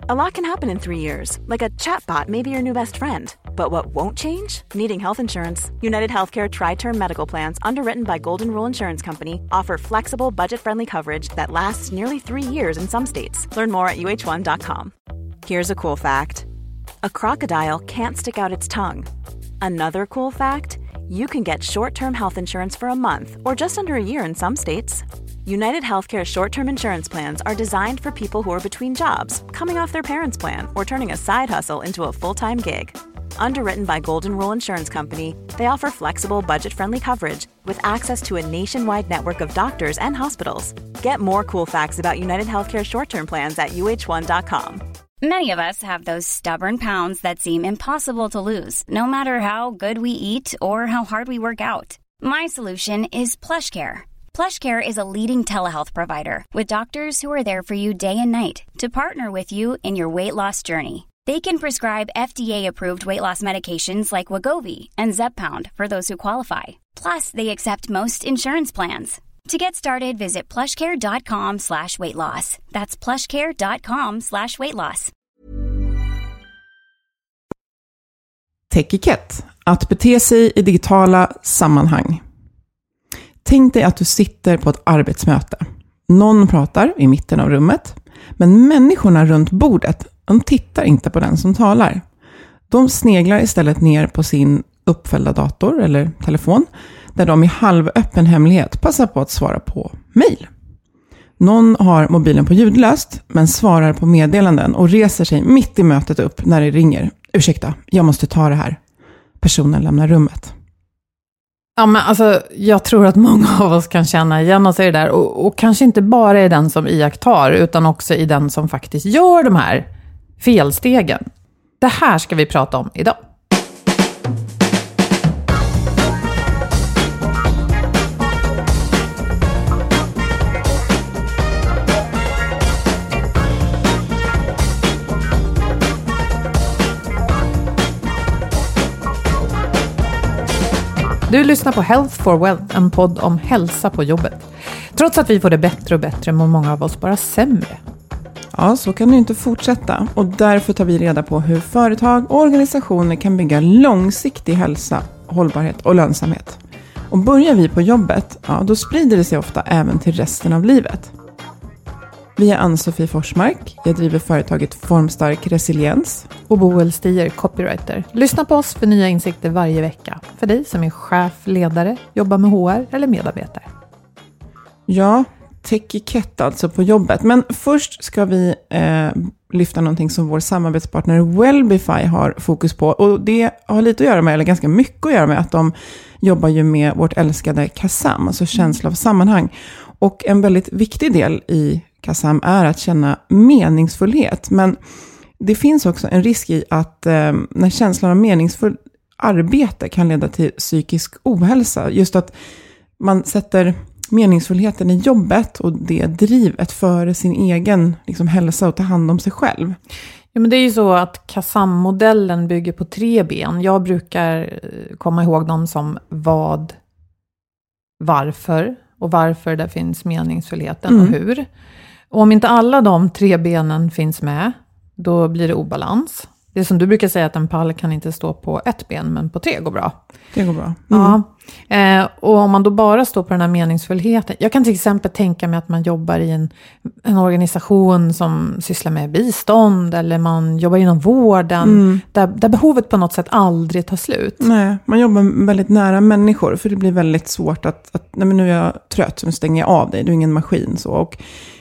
A lot can happen in 3 years, like a chatbot may be your new best friend. But what won't change? Needing health insurance. United Healthcare Tri-Term Medical Plans, underwritten by Golden Rule Insurance Company, offer flexible, budget-friendly coverage that lasts nearly 3 years in some states. Learn more at uh1.com. Here's a cool fact. A crocodile can't stick out its tongue. Another cool fact, you can get short-term health insurance for a month or just under a year in some states. United Healthcare short-term insurance plans are designed for people who are between jobs, coming off their parents' plan, or turning a side hustle into a full-time gig. Underwritten by Golden Rule Insurance Company, they offer flexible, budget-friendly coverage with access to a nationwide network of doctors and hospitals. Get more cool facts about United Healthcare short-term plans at uh1.com. Many of us have those stubborn pounds that seem impossible to lose, no matter how good we eat or how hard we work out. My solution is PlushCare. PlushCare is a leading telehealth provider with doctors who are there for you day and night to partner with you in your weight loss journey. They can prescribe FDA-approved weight loss medications like Wegovy and Zepbound for those who qualify. Plus, they accept most insurance plans. To get started, visit plushcare.com/weightloss. That's plushcare.com/weightloss. Techikett. Att bete sig i digitala sammanhang. Tänk dig att du sitter på ett arbetsmöte. Någon pratar i mitten av rummet, men människorna runt bordet, de tittar inte på den som talar. De sneglar istället ner på sin uppfällda dator eller telefon, där de i halvöppen hemlighet passar på att svara på mejl. Någon har mobilen på ljudlöst, men svarar på meddelanden och reser sig mitt i mötet upp när det ringer. Ursäkta, jag måste ta det här. Personen lämnar rummet. Ja, men alltså, jag tror att många av oss kan känna igen oss i det där. Och kanske inte bara i den som iakttar, utan också i den som faktiskt gör de här felstegen. Det här ska vi prata om idag. Du lyssnar på Health for Wealth, en podd om hälsa på jobbet. Trots att vi får det bättre och bättre mår många av oss bara sämre. Ja, så kan det inte fortsätta. Och därför tar vi reda på hur företag och organisationer kan bygga långsiktig hälsa, hållbarhet och lönsamhet. Och börjar vi på jobbet, ja, då sprider det sig ofta även till resten av livet. Vi är Ann-Sofie Forsmark. Jag driver företaget Formstark Resiliens. Och Boel Stier, copywriter. Lyssna på oss för nya insikter varje vecka. För dig som är chef, ledare, jobbar med HR eller medarbetare. Ja, techikett alltså på jobbet. Men först ska vi lyfta någonting som vår samarbetspartner Wellbify har fokus på. Och det har lite att göra med, eller ganska mycket att göra med, att de jobbar ju med vårt älskade KASAM, alltså känsla av sammanhang. Och en väldigt viktig del i KASAM är att känna meningsfullhet. Men det finns också en risk i att när känslan av meningsfull arbete kan leda till psykisk ohälsa. Just att man sätter meningsfullheten i jobbet och det drivet före sin egen liksom, hälsa och ta hand om sig själv. Ja, men det är ju så att KASAM-modellen bygger på 3 ben. Jag brukar komma ihåg dem som vad, varför och varför det finns meningsfullheten och hur. Och om inte alla de 3 benen finns med, då blir det obalans. Det är som du brukar säga, att en pall kan inte stå på 1 ben, men på 3 går bra. Det går bra. Ja. Och om man då bara står på den här meningsfullheten. Jag kan till exempel tänka mig att man jobbar i en organisation som sysslar med bistånd. Eller man jobbar inom vården. Där behovet på något sätt aldrig tar slut. Nej, man jobbar väldigt nära människor. För det blir väldigt svårt att nej, men nu är jag trött, så nu stänger jag av dig. Du är ingen maskin. Så. Och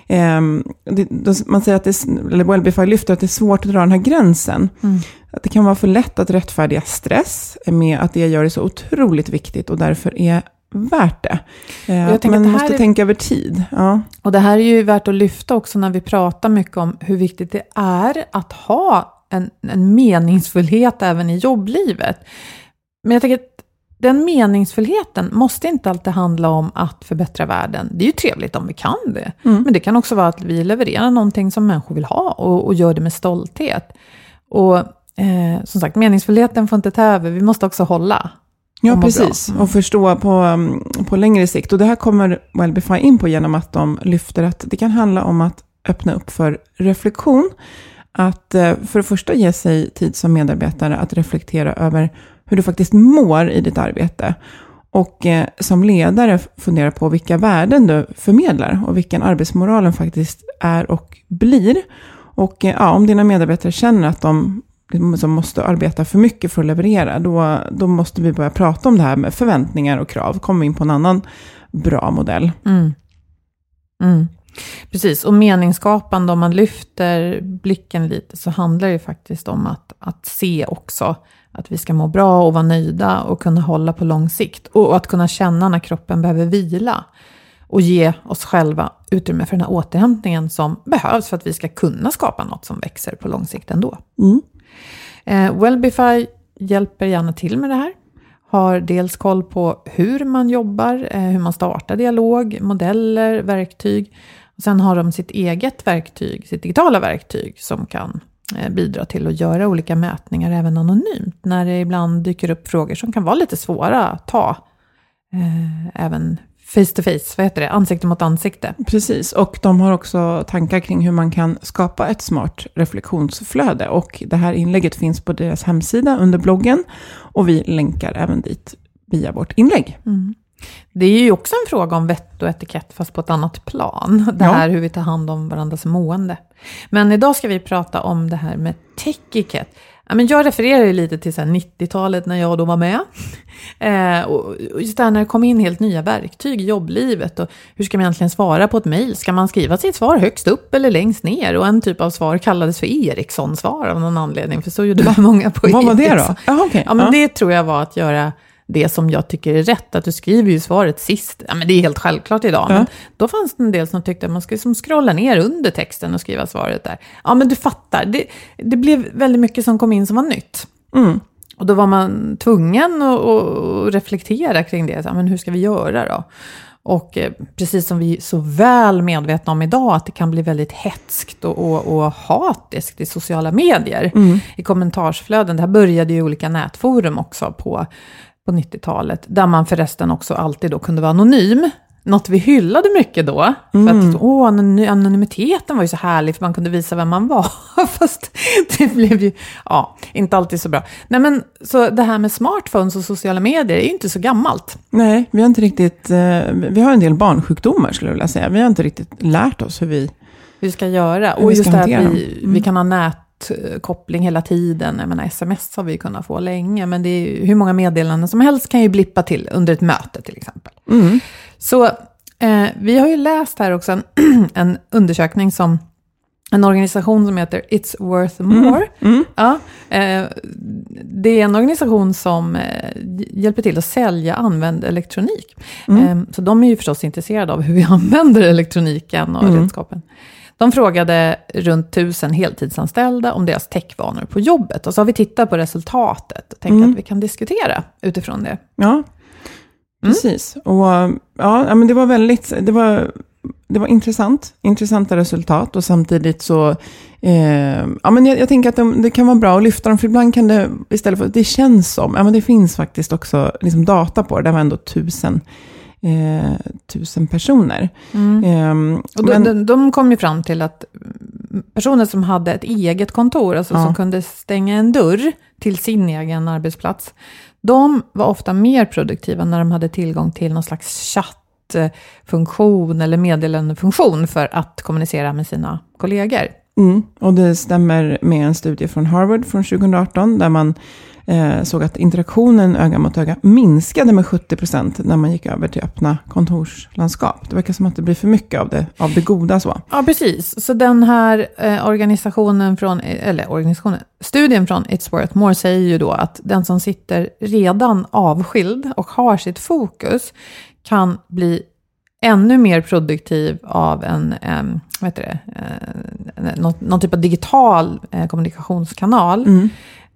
man säger att eller Wellbify lyfter att det är svårt att dra den här gränsen. Att det kan vara för lätt att rättfärdiga stress med att det gör det så otroligt viktigt och därför är värt det. Man måste tänka över tid. Ja. Och det här är ju värt att lyfta också när vi pratar mycket om hur viktigt det är att ha en meningsfullhet även i jobblivet. Men jag tänker att den meningsfullheten måste inte alltid handla om att förbättra världen. Det är ju trevligt om vi kan det. Men det kan också vara att vi levererar någonting som människor vill ha och gör det med stolthet. Och som sagt, meningsfullheten får inte ta över. Vi måste också hålla. Ja, precis. Och förstå på längre sikt. Och det här kommer Wellbify in på genom att de lyfter att det kan handla om att öppna upp för reflektion. att för det första ge sig tid som medarbetare att reflektera över hur du faktiskt mår i ditt arbete. Och som ledare fundera på vilka värden du förmedlar och vilken arbetsmoralen faktiskt är och blir. Och om dina medarbetare känner att de som måste arbeta för mycket för att leverera, då måste vi börja prata om det här med förväntningar och krav. Kommer in på en annan bra modell. Precis, och meningsskapande, om man lyfter blicken lite, så handlar det faktiskt om att se också att vi ska må bra och vara nöjda och kunna hålla på lång sikt. Och att kunna känna när kroppen behöver vila. Och ge oss själva utrymme för den här återhämtningen som behövs för att vi ska kunna skapa något som växer på lång sikt ändå. Wellbify hjälper gärna till med det här. Har dels koll på hur man jobbar, hur man startar dialog, modeller, verktyg. Och sen har de sitt eget verktyg, sitt digitala verktyg som kan bidra till att göra olika mätningar även anonymt. När det ibland dyker upp frågor som kan vara lite svåra att ta även face to face, ansikte mot ansikte. Precis, och de har också tankar kring hur man kan skapa ett smart reflektionsflöde. Och det här inlägget finns på deras hemsida under bloggen. Och vi länkar även dit via vårt inlägg. Det är ju också en fråga om vett och etikett fast på ett annat plan. Det här hur vi tar hand om varandras mående. Men idag ska vi prata om det här med tech-etikett. Jag refererar ju lite till 90-talet när jag då var med. Och just där när det kom in helt nya verktyg i jobblivet. Och hur ska man egentligen svara på ett mejl? Ska man skriva sitt svar högst upp eller längst ner? Och en typ av svar kallades för Ericsson-svar av någon anledning. För så gjorde många på Vad var det då? Okay. Det tror jag var att göra det som jag tycker är rätt. Att du skriver ju svaret sist. Det är helt självklart idag. Men då fanns det en del som tyckte att man skulle scrolla ner under texten och skriva svaret där. Ja, men du fattar. Det blev väldigt mycket som kom in som var nytt. Och då var man tvungen att reflektera kring det. Men hur ska vi göra då? Och precis som vi är så väl medvetna om idag att det kan bli väldigt hetskt och hatiskt i sociala medier. I kommentarsflöden. Det här började ju i olika nätforum också på 90-talet. Där man förresten också alltid då kunde vara anonym. Något vi hyllade mycket då. För att anonymiteten var ju så härlig för man kunde visa vem man var. Fast det blev ju inte alltid så bra. Nej, men så det här med smartphones och sociala medier är ju inte så gammalt. Nej, vi har inte riktigt vi har en del barnsjukdomar skulle jag vilja säga. Vi har inte riktigt lärt oss hur vi ska göra. Och just det att vi kan ha nätkoppling hela tiden. SMS har vi kunnat få länge. Men det är hur många meddelanden som helst kan ju blippa till under ett möte till exempel. Så vi har ju läst här också en undersökning som en organisation som heter It's Worth More. Ja, det är en organisation som hjälper till att sälja använd elektronik. Så de är ju förstås intresserade av hur vi använder elektroniken och redskapen. De frågade runt 1000 heltidsanställda om deras techvanor på jobbet. Och så har vi tittat på resultatet och tänkt att vi kan diskutera utifrån det. Ja, precis. Och men det var väldigt... Det var intressanta resultat och samtidigt så jag tänker att det kan vara bra att lyfta dem för ibland kan det istället för det känns som, men det finns faktiskt också liksom data på det var ändå 1000 personer. Och de kom ju fram till att personer som hade ett eget kontor, alltså som kunde stänga en dörr till sin egen arbetsplats, de var ofta mer produktiva när de hade tillgång till någon slags chattfunktion eller meddelandefunktion för att kommunicera med sina kollegor. Och det stämmer med en studie från Harvard från 2018 där man såg att interaktionen öga mot öga minskade med 70% när man gick över till öppna kontorslandskap. Det verkar som att det blir för mycket av det goda så. Ja, precis. Så den här studien från It's Worth More säger ju då att den som sitter redan avskild och har sitt fokus kan bli ännu mer produktiv av någon typ av digital kommunikationskanal.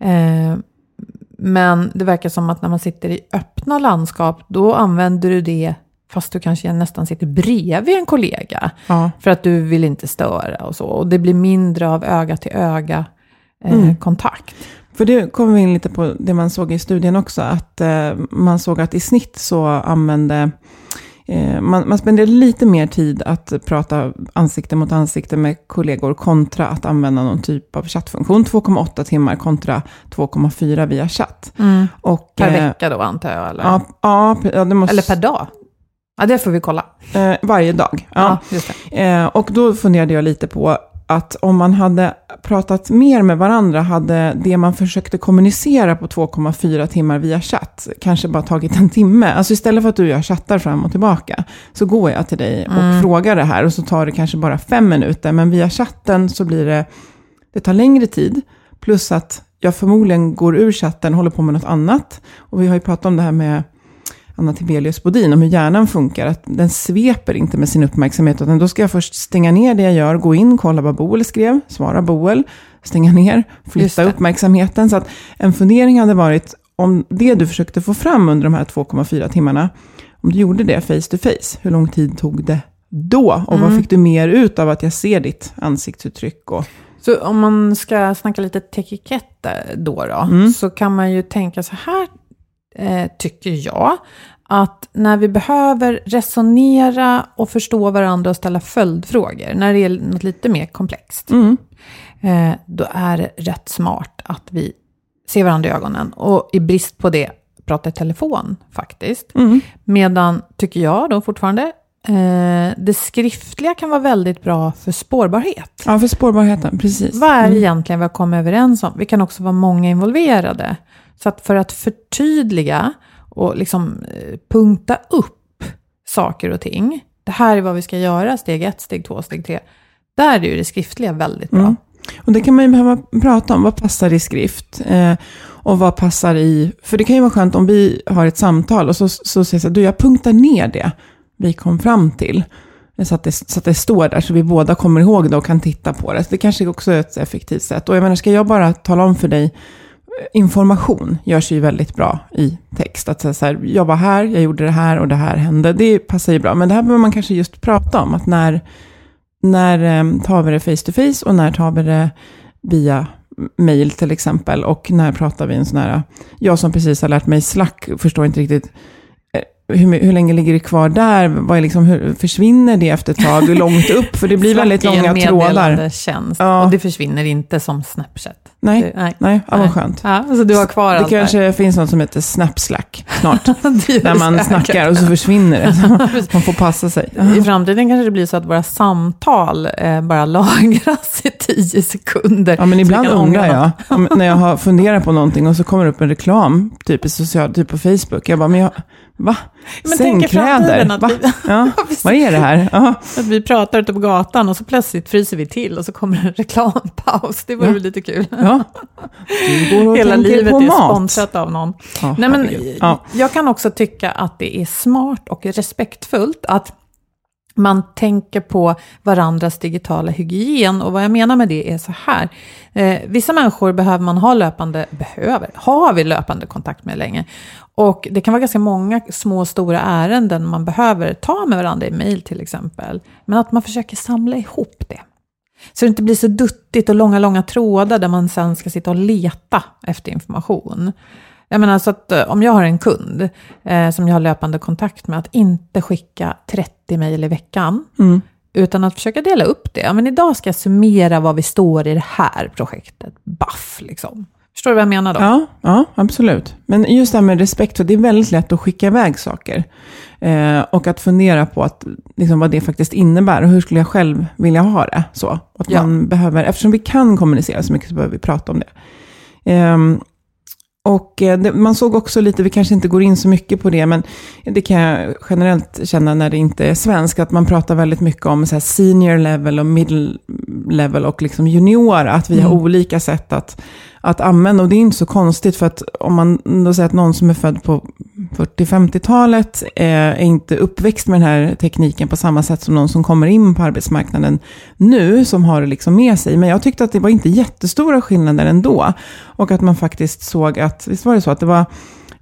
Men det verkar som att när man sitter i öppna landskap, då använder du det fast du kanske nästan sitter bredvid en kollega. För att du vill inte störa och så. Och det blir mindre av öga till öga kontakt. För det kommer vi in lite på det man såg i studien också. Att man såg att i snitt så använde man spenderar lite mer tid att prata ansikte mot ansikte med kollegor kontra att använda någon typ av chattfunktion. 2,8 timmar kontra 2,4 via chatt. Och, per vecka då antar jag? Eller? Ja, det måste... Eller per dag? Ja, det får vi kolla. Varje dag. Ja, just det. Och då funderade jag lite på att om man hade pratat mer med varandra hade det man försökte kommunicera på 2,4 timmar via chatt kanske bara tagit en timme. Alltså istället för att du och jag chattar fram och tillbaka så går jag till dig och frågar det här och så tar det kanske bara 5 minuter. Men via chatten så blir det tar längre tid. Plus att jag förmodligen går ur chatten och håller på med något annat. Och vi har ju pratat om det här med Anna Tibelius Bodin om hur hjärnan funkar, att den sveper inte med sin uppmärksamhet, utan då ska jag först stänga ner det jag gör, gå in, kolla vad Boel skrev, svara Boel, stänga ner, flytta uppmärksamheten. Så att en fundering hade varit om det du försökte få fram under de här 2,4 timmarna, om du gjorde det face to face, hur lång tid tog det då? Och vad fick du mer ut av att jag ser ditt ansiktsuttryck? Så om man ska snacka lite etikette då så kan man ju tänka så här, tycker jag, att när vi behöver resonera och förstå varandra och ställa följdfrågor, när det är något lite mer komplext, då är det rätt smart att vi ser varandra i ögonen och i brist på det pratar i telefon faktiskt. Medan, tycker jag då fortfarande, det skriftliga kan vara väldigt bra för spårbarhet. Ja, för spårbarheten, precis. Vad är egentligen vi har kommit överens om? Vi kan också vara många involverade. Så att för att förtydliga och liksom punkta upp saker och ting. Det här är vad vi ska göra, steg 1, steg 2, steg 3. Där är ju det skriftliga väldigt bra. Och det kan man ju behöva prata om. Vad passar i skrift? Och vad passar i... För det kan ju vara skönt om vi har ett samtal och så säger jag så här, jag punktar ner det vi kom fram till. Så att det står där så vi båda kommer ihåg det och kan titta på det. Så det kanske också är ett effektivt sätt. Och jag menar, ska jag bara tala om för dig, information görs ju väldigt bra i text. Att säga så här, jag var här, jag gjorde det här och det här hände. Det passar ju bra. Men det här behöver man kanske just prata om. Att när tar vi det face to face och när tar vi det via mail till exempel. Och när pratar vi en sån här... Jag som precis har lärt mig Slack förstår inte riktigt... Hur länge ligger det kvar där? Vad är liksom, hur försvinner det efter ett tag? Hur långt upp? För det blir väldigt långa trådar. Tjänst, och det försvinner inte som Snapchat. Nej, vad skönt. Ja, alltså du har kvar det kanske finns något som heter Snapslack snart. Där man snackar och så försvinner det. Man får passa sig. I framtiden kanske det blir så att våra samtal bara lagras i 10 sekunder. Ja, men ibland undrar jag. När jag har funderat på någonting och så kommer det upp en reklam typ på Facebook. Jag bara, va? Men sängkläder? Va? Ja. Vad är det här? Att vi pratar ute på gatan och så plötsligt fryser vi till och så kommer en reklampaus. Det vore lite kul. Ja. Hela livet är sponsrat av någon. Nej, men jag kan också tycka att det är smart och respektfullt att man tänker på varandras digitala hygien. Och vad jag menar med det är så här. Vissa människor har vi löpande kontakt med länge. Och det kan vara ganska många små stora ärenden man behöver ta med varandra i mejl till exempel. Men att man försöker samla ihop det. Så det inte blir så duttigt och långa trådar där man sen ska sitta och leta efter information. Jag menar så att om jag har en kund som jag har löpande kontakt med, att inte skicka 30 mejl i veckan. Utan att försöka dela upp det. Ja, men idag ska jag summera vad vi står i det här projektet. Baff liksom. Förstår du vad jag menar då? Ja, absolut. Men just det här med respekt, för det är väldigt lätt att skicka iväg saker. Och att fundera på att, liksom, vad det faktiskt innebär. Och hur skulle jag själv vilja ha det? Så. Att man behöver, eftersom vi kan kommunicera så mycket så behöver vi prata om det. Och man såg också lite, vi kanske inte går in så mycket på det, men det kan jag generellt känna när det inte är svensk, att man pratar väldigt mycket om så här senior level och middle level och liksom junior, att vi har olika sätt att använda, och det är inte så konstigt, för att om man då säger att någon som är född på 40-50-talet är inte uppväxt med den här tekniken på samma sätt som någon som kommer in på arbetsmarknaden nu, som har det liksom med sig. Men jag tyckte att det var inte jättestora skillnader ändå, och att man faktiskt såg att, visst var det så att det var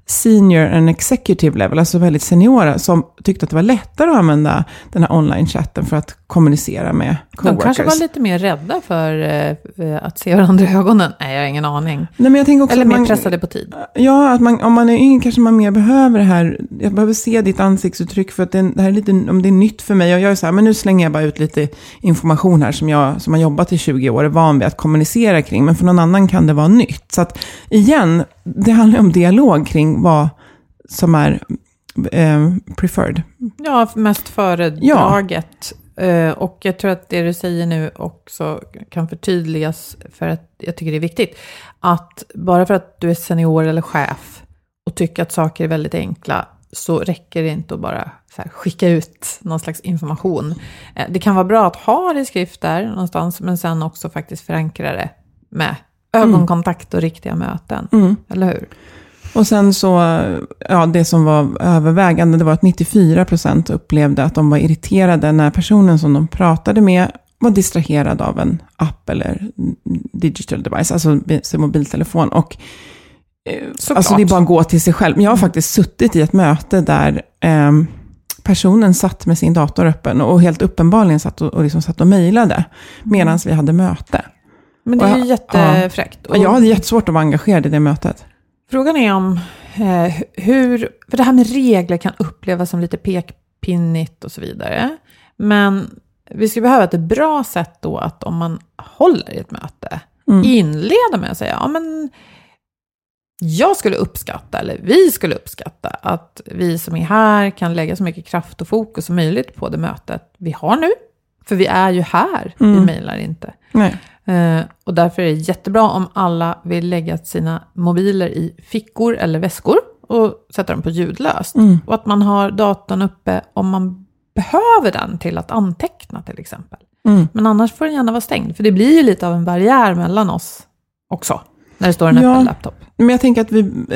senior and executive level, alltså väldigt seniora, som tyckte att det var lättare att använda den här online-chatten för att kommunicera med coworkers. De kanske var lite mer rädda för att se varandra i ögonen. Nej, jag har ingen aning. Nej, men jag tänker också eller att mer pressade på tid. Ja, att om man är yngre kanske man mer behöver det här. Jag behöver se ditt ansiktsuttryck för att det här är lite, om det är nytt för mig. Och jag är så här, men nu slänger jag bara ut lite information här som har jobbat i 20 år är van vid att kommunicera kring. Men för någon annan kan det vara nytt. Så att igen, det handlar om dialog kring vad som är preferred. Ja, mest föredraget. Ja. Och jag tror att det du säger nu också kan förtydligas, för att jag tycker det är viktigt. Att bara för att du är senior eller chef och tycker att saker är väldigt enkla, så räcker det inte att bara så här skicka ut någon slags information. Det kan vara bra att ha det i skrift där någonstans, men sen också faktiskt förankra det med ögonkontakt och riktiga möten. Eller hur? Och sen så, ja, det som var övervägande, det var att 94% upplevde att de var irriterade när personen som de pratade med var distraherad av en app eller digital device, alltså mobiltelefon. Och alltså det är bara att gå till sig själv. Jag har faktiskt suttit i ett möte där personen satt med sin dator öppen och helt uppenbarligen satt och mejlade medan vi hade möte. Men det är ju jättefräckt. Och jag hade jättesvårt att vara engagerad i det mötet. Frågan är om hur, för det här med regler kan upplevas som lite pekpinnigt och så vidare. Men vi skulle behöva ett bra sätt då att om man håller i ett möte, inleda med att säga, ja men jag skulle uppskatta, eller vi skulle uppskatta att vi som är här kan lägga så mycket kraft och fokus som möjligt på det mötet vi har nu. För vi är ju här, vi mejlar inte. Nej. Och därför är det jättebra om alla vill lägga sina mobiler i fickor eller väskor och sätta dem på ljudlöst. Och att man har datorn uppe om man behöver den till att anteckna till exempel. Men annars får den gärna vara stängd. För det blir ju lite av en barriär mellan oss också. När det står en öppen laptop. Men jag tänker att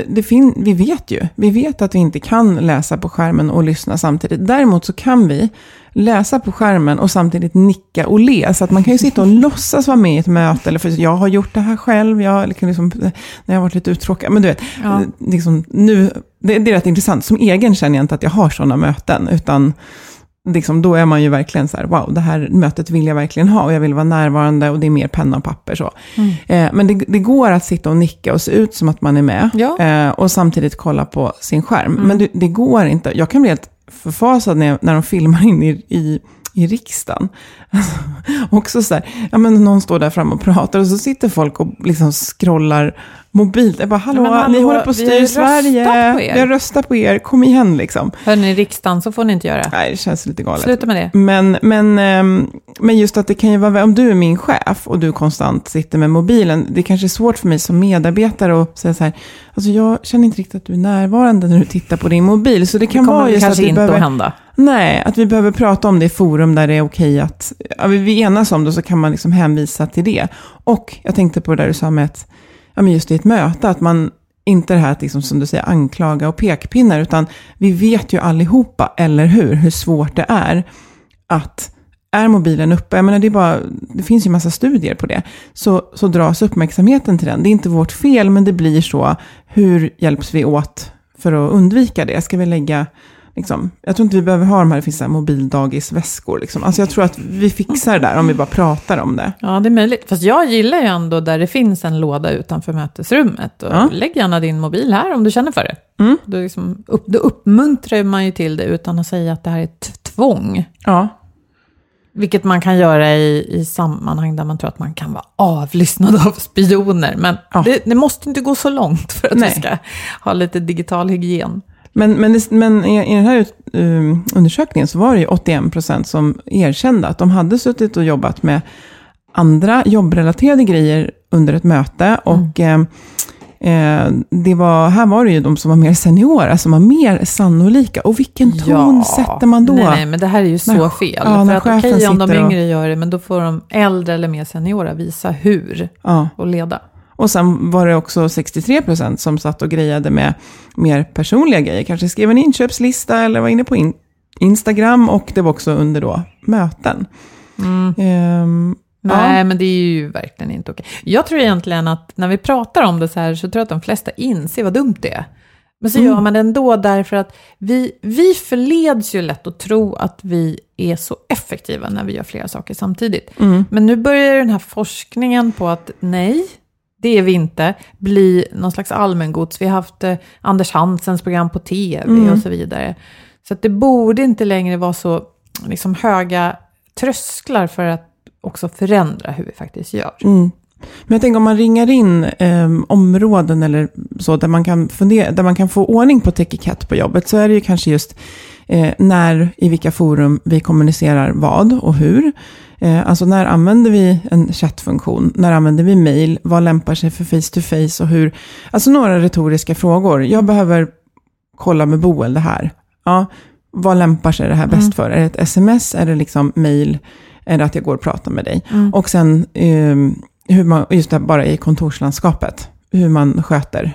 vi vet att vi inte kan läsa på skärmen och lyssna samtidigt. Däremot så kan vi läsa på skärmen och samtidigt nicka och le. Så att man kan ju sitta och låtsas vara med i ett möte. Eller för jag har gjort det här själv. Jag liksom, när jag har varit lite uttråkad. Men du vet, liksom, nu, det är rätt intressant. Som egen känner jag inte att jag har sådana möten. Utan liksom, då är man ju verkligen så här, wow, det här mötet vill jag verkligen ha. Och jag vill vara närvarande och det är mer penna och papper. Så. Men det går att sitta och nicka och se ut som att man är med. Ja. Och samtidigt kolla på sin skärm. Men det går inte. Jag kan bli helt förfasad när de filmar in i riksdagen. Alltså, också så här, ja men någon står där fram och pratar och så sitter folk och liksom scrollar mobilt. Jag bara, hallå, ni håller på att styra Sverige. Vi har röstat på er, kom igen liksom. Hör ni riksdagen så får ni inte göra. Nej, det känns lite galet. Sluta med det. Men just att det kan ju vara, om du är min chef och du konstant sitter med mobilen, det kanske är svårt för mig som medarbetare att säga så här, alltså jag känner inte riktigt att du är närvarande när du tittar på din mobil. Så det kan vara just att vi behöver, hända. Nej, att vi behöver prata om det i forum där det är okej att vi enas om det, så kan man liksom hänvisa till det. Och jag tänkte på det där du sa med att just i ett möte, att man inte det här att liksom, som du säger, anklaga och pekpinnar, utan vi vet ju allihopa, eller hur svårt det är att är mobilen uppe, jag menar det finns ju massa studier på det, så dras uppmärksamheten till den. Det är inte vårt fel, men det blir så. Hur hjälps vi åt för att undvika det? Ska vi lägga liksom, jag tror inte vi behöver ha de här, det finns så här mobildagisväskor liksom. Alltså jag tror att vi fixar det där om vi bara pratar om det. Ja, det är möjligt. Fast jag gillar ju ändå där det finns en låda utanför mötesrummet. Och lägg gärna din mobil här om du känner för det. Då uppmuntrar man ju till det utan att säga att det här är ett tvång. Ja. Vilket man kan göra i sammanhang där man tror att man kan vara avlyssnad av spioner. Men det måste inte gå så långt för att vi ska ha lite digital hygien. Men i den här undersökningen så var det ju 81% som erkände att de hade suttit och jobbat med andra jobbrelaterade grejer under ett möte. Och här var det ju de som var mer seniora, som var mer sannolika. Och vilken ton sätter man då? Nej, men det här är ju så fel. För att okej, om de yngre gör det, men då får de äldre eller mer seniora visa hur och leda. Och sen var det också 63% som satt och grejade med mer personliga grejer. Kanske skrev en inköpslista eller var inne på Instagram. Och det var också under då möten. Nej, men det är ju verkligen inte okej. Jag tror egentligen att när vi pratar om det så här, så tror jag att de flesta inser vad dumt det är. Men så gör man det ändå därför att vi förleds ju lätt att tro att vi är så effektiva när vi gör flera saker samtidigt. Men nu börjar den här forskningen på att nej, det är vi inte, bli någon slags allmängods. Vi har haft Anders Hansens program på tv och så vidare. Så att det borde inte längre vara så liksom höga trösklar för att också förändra hur vi faktiskt gör. Men jag tänker om man ringar in områden eller så där man kan där man kan få ordning på etikett på jobbet, så är det ju kanske just i vilka forum vi kommunicerar vad och hur. Alltså när använder vi en chattfunktion? När använder vi mail? Vad lämpar sig för face-to-face och hur? Alltså några retoriska frågor. Jag behöver kolla med Boel det här. Ja, vad lämpar sig det här bäst för? Är det ett sms? Är det liksom mail? Är det att jag går och pratar med dig? Och sen hur man, just det, bara i kontorslandskapet. Hur man sköter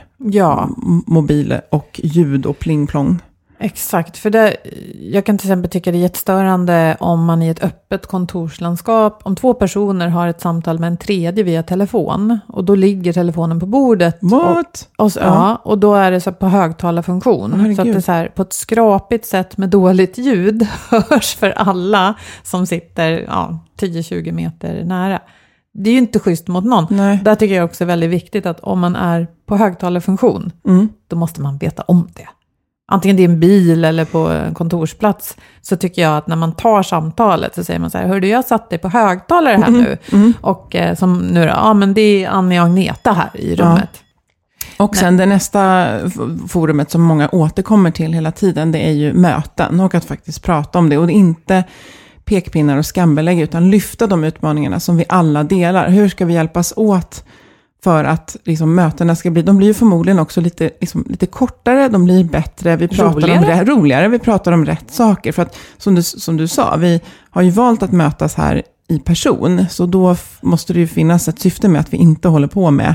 mobil och ljud och pling-plong. Exakt, för jag kan till exempel tycka det är jättestörande om man i ett öppet kontorslandskap, om 2 personer har ett samtal med en tredje via telefon och då ligger telefonen på bordet. What? Och då är det så på högtalarfunktion. Så att det är så här, på ett skrapigt sätt med dåligt ljud hörs för alla som sitter 10-20 meter nära. Det är ju inte schysst mot någon. Nej. Där tycker jag också är väldigt viktigt att om man är på högtalarfunktion, då måste man veta om det. Antingen det är en bil eller på en kontorsplats, så tycker jag att när man tar samtalet så säger man så här: hörde, jag satt dig på högtalare här nu. Och som nu då, men det är Annie och Agneta här i rummet. Och sen det nästa forumet som många återkommer till hela tiden, det är ju möten och att faktiskt prata om det. Och det är inte pekpinnar och skambelägg, utan lyfta de utmaningarna som vi alla delar. Hur ska vi hjälpas åt för att liksom, mötena ska bli, de blir ju förmodligen också lite kortare, de blir bättre, vi pratar roligare, vi pratar om rätt saker. För att som du sa, vi har ju valt att mötas här i person, så då måste det ju finnas ett syfte med att vi inte håller på med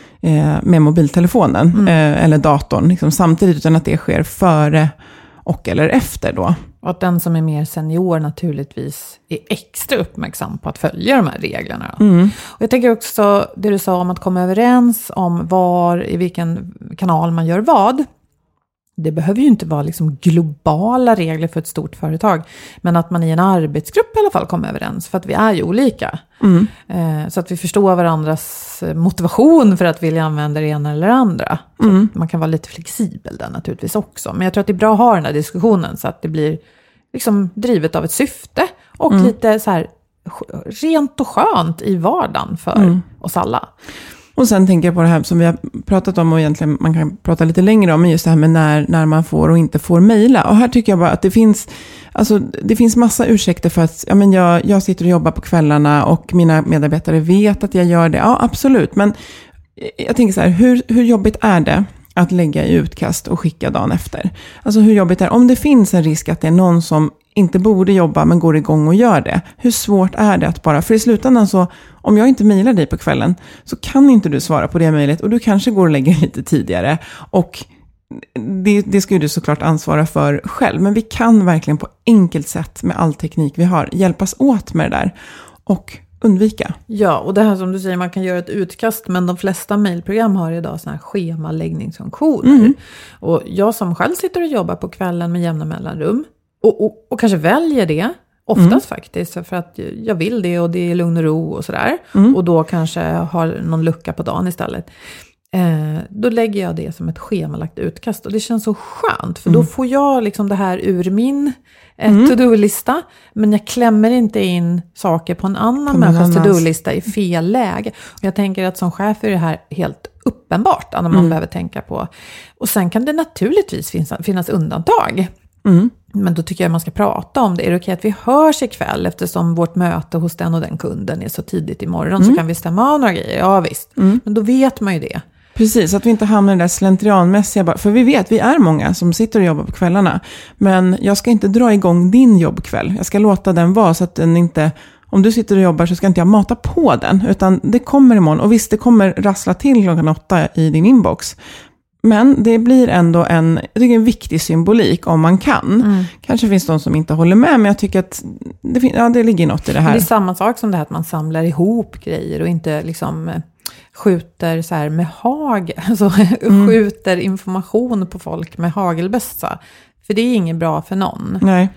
mobiltelefonen eller datorn liksom, samtidigt, utan att det sker före och eller efter då. Och att den som är mer senior naturligtvis är extra uppmärksam på att följa de här reglerna. Och jag tänker också det du sa om att komma överens om i vilken kanal man gör vad. Det behöver ju inte vara liksom globala regler för ett stort företag. Men att man i en arbetsgrupp i alla fall kommer överens. För att vi är ju olika. Så att vi förstår varandras motivation för att vilja använda det ena eller andra. Man kan vara lite flexibel där naturligtvis också. Men jag tror att det är bra att ha den här diskussionen. Så att det blir liksom drivet av ett syfte. Och lite så här rent och skönt i vardagen för oss alla. Och sen tänker jag på det här som vi har pratat om, och egentligen man kan prata lite längre om, men just det här med när man får och inte får mejla. Och här tycker jag bara att det finns massa ursäkter för att jag sitter och jobbar på kvällarna och mina medarbetare vet att jag gör det. Ja, absolut. Men jag tänker så här, hur jobbigt är det att lägga i utkast och skicka dagen efter? Alltså hur jobbigt är det? Om det finns en risk att det är någon som inte borde jobba men går igång och gör det. Hur svårt är det att bara, för i slutändan så, om jag inte mejlar dig på kvällen så kan inte du svara på det mejlet och du kanske går och lägger lite tidigare. Och det ska ju du såklart ansvara för själv. Men vi kan verkligen på enkelt sätt med all teknik vi har hjälpas åt med det där och undvika. Ja, och det här som du säger, man kan göra ett utkast, men de flesta mejlprogram har idag såna här schemaläggningsfunktioner. Och jag som själv sitter och jobbar på kvällen med jämna mellanrum och kanske väljer det oftast faktiskt, för att jag vill det och det är lugn och ro och sådär. Och då kanske har någon lucka på dagen istället. Då lägger jag det som ett schemalagt utkast och det känns så skönt, för då får jag liksom det här ur min to-do-lista, men jag klämmer inte in saker på en annan människas to-do-lista i fel läge. Och jag tänker att som chef är det här helt uppenbart när man behöver tänka på. Och sen kan det naturligtvis finnas undantag. Men då tycker jag man ska prata om det. Är det okej att vi hörs ikväll eftersom vårt möte hos den och den kunden är så tidigt imorgon, så kan vi stämma av några grejer? Ja visst, men då vet man ju det. Precis, att vi inte hamnar i det där slentrianmässiga. För vi vet, vi är många som sitter och jobbar på kvällarna. Men jag ska inte dra igång din jobbkväll. Jag ska låta den vara så att den inte... Om du sitter och jobbar så ska inte jag mata på den. Utan det kommer imorgon. Och visst, det kommer rassla till 8:00 i din inbox. Men det blir ändå en viktig symbolik om man kan. Kanske finns de som inte håller med, men jag tycker att det ligger något i det här. Det är samma sak som det här att man samlar ihop grejer och inte liksom skjuter så här med alltså skjuter information på folk med hagelbössa. För det är inget bra för någon. Nej.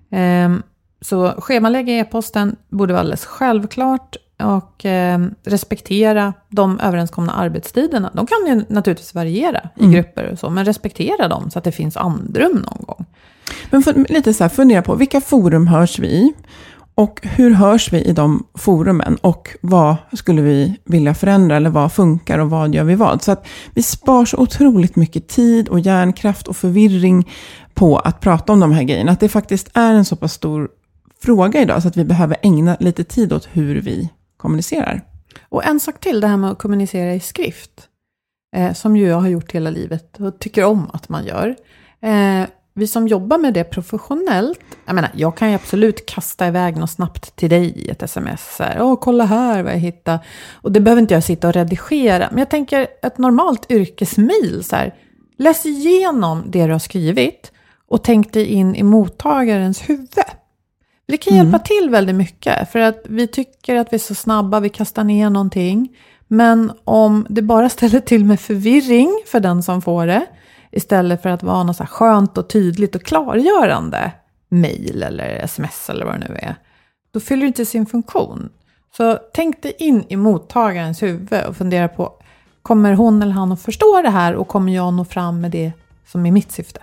Så schemalägga e-posten borde vara alldeles självklart. Och respektera de överenskomna arbetstiderna. De kan ju naturligtvis variera i grupper och så. Men respektera dem så att det finns andrum någon gång. Men lite så här, fundera på vilka forum hörs vi i? Och hur hörs vi i de forumen? Och vad skulle vi vilja förändra? Eller vad funkar och vad gör vi vad? Så att vi spar så otroligt mycket tid och hjärnkraft och förvirring på att prata om de här grejerna. Att det faktiskt är en så pass stor fråga idag så att vi behöver ägna lite tid åt hur vi kommunicerar. Och en sak till, det här med att kommunicera i skrift. Som ju jag har gjort hela livet och tycker om att man gör. Vi som jobbar med det professionellt, jag kan ju absolut kasta iväg något snabbt till dig i ett sms. Kolla här vad jag hittar. Och det behöver inte jag sitta och redigera. Men jag tänker ett normalt yrkesmail så här. Läs igenom det du har skrivit och tänk dig in i mottagarens huvud. Det kan hjälpa till väldigt mycket. För att vi tycker att vi är så snabba, vi kastar ner någonting. Men om det bara ställer till med förvirring för den som får det. Istället för att vara något så här skönt och tydligt och klargörande mejl eller sms eller vad det nu är. Då fyller det inte sin funktion. Så tänk dig in i mottagarens huvud och fundera på. Kommer hon eller han att förstå det här och kommer jag nå fram med det som är mitt syfte?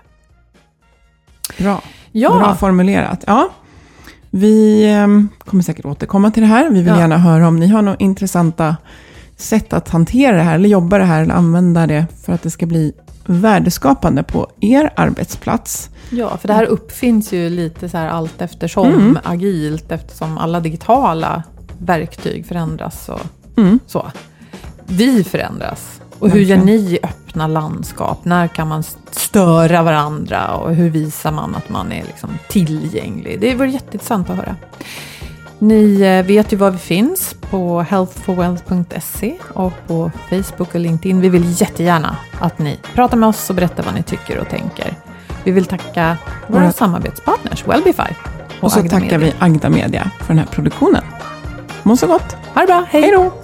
Bra. Bra formulerat. Ja. Vi kommer säkert återkomma till det här. Vi vill gärna höra om ni har några intressanta sätt att hantera det här eller jobba det här eller använda det för att det ska bli värdeskapande på er arbetsplats. Ja, för det här uppfinns ju lite så här allt eftersom agilt eftersom alla digitala verktyg förändras och så. Vi förändras. Och hur gör ni i öppna landskap? När kan man störa varandra? Och hur visar man att man är liksom tillgänglig? Det vore jätteintressant att höra. Ni vet ju var vi finns på healthforwealth.se och på Facebook och LinkedIn. Vi vill jättegärna att ni pratar med oss och berättar vad ni tycker och tänker. Vi vill tacka våra samarbetspartners Wellbify. Och så tackar vi Agda Media för den här produktionen. Må så gott. Ha det bra. Hej. Hej då.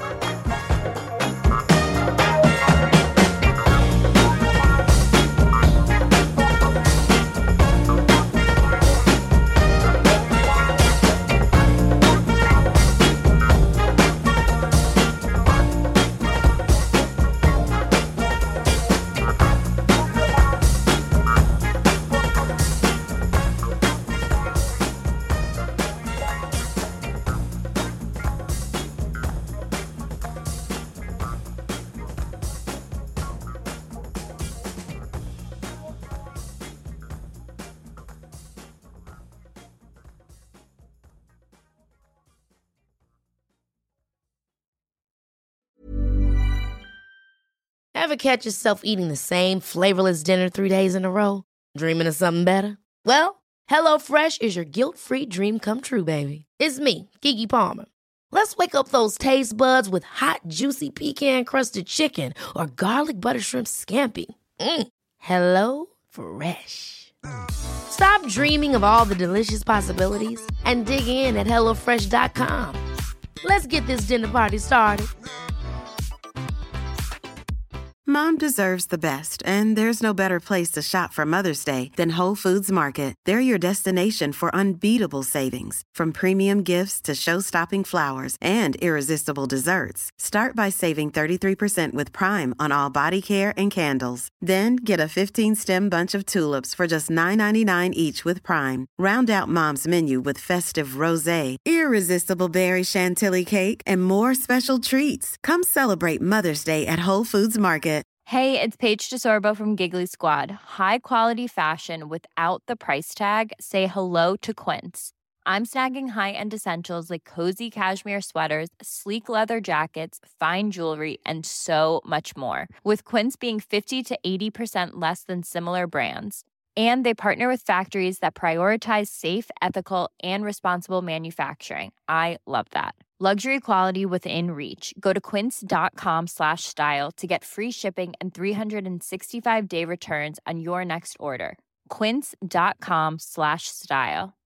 Ever catch yourself eating the same flavorless dinner 3 days in a row? Dreaming of something better? Well, HelloFresh is your guilt-free dream come true, baby. It's me, Keke Palmer. Let's wake up those taste buds with hot, juicy pecan-crusted chicken or garlic butter shrimp scampi. Hello Fresh. Stop dreaming of all the delicious possibilities and dig in at HelloFresh.com. Let's get this dinner party started. Mom deserves the best, and there's no better place to shop for Mother's Day than Whole Foods Market. They're your destination for unbeatable savings, from premium gifts to show-stopping flowers and irresistible desserts. Start by saving 33% with Prime on all body care and candles. Then get a 15-stem bunch of tulips for just $9.99 each with Prime. Round out Mom's menu with festive rosé, irresistible berry chantilly cake, and more special treats. Come celebrate Mother's Day at Whole Foods Market. Hey, it's Paige DeSorbo from Giggly Squad. High quality fashion without the price tag. Say hello to Quince. I'm snagging high-end essentials like cozy cashmere sweaters, sleek leather jackets, fine jewelry, and so much more. With Quince being 50 to 80% less than similar brands. And they partner with factories that prioritize safe, ethical, and responsible manufacturing. I love that. Luxury quality within reach. Go to quince.com/style to get free shipping and 365-day returns on your next order. Quince.com/style.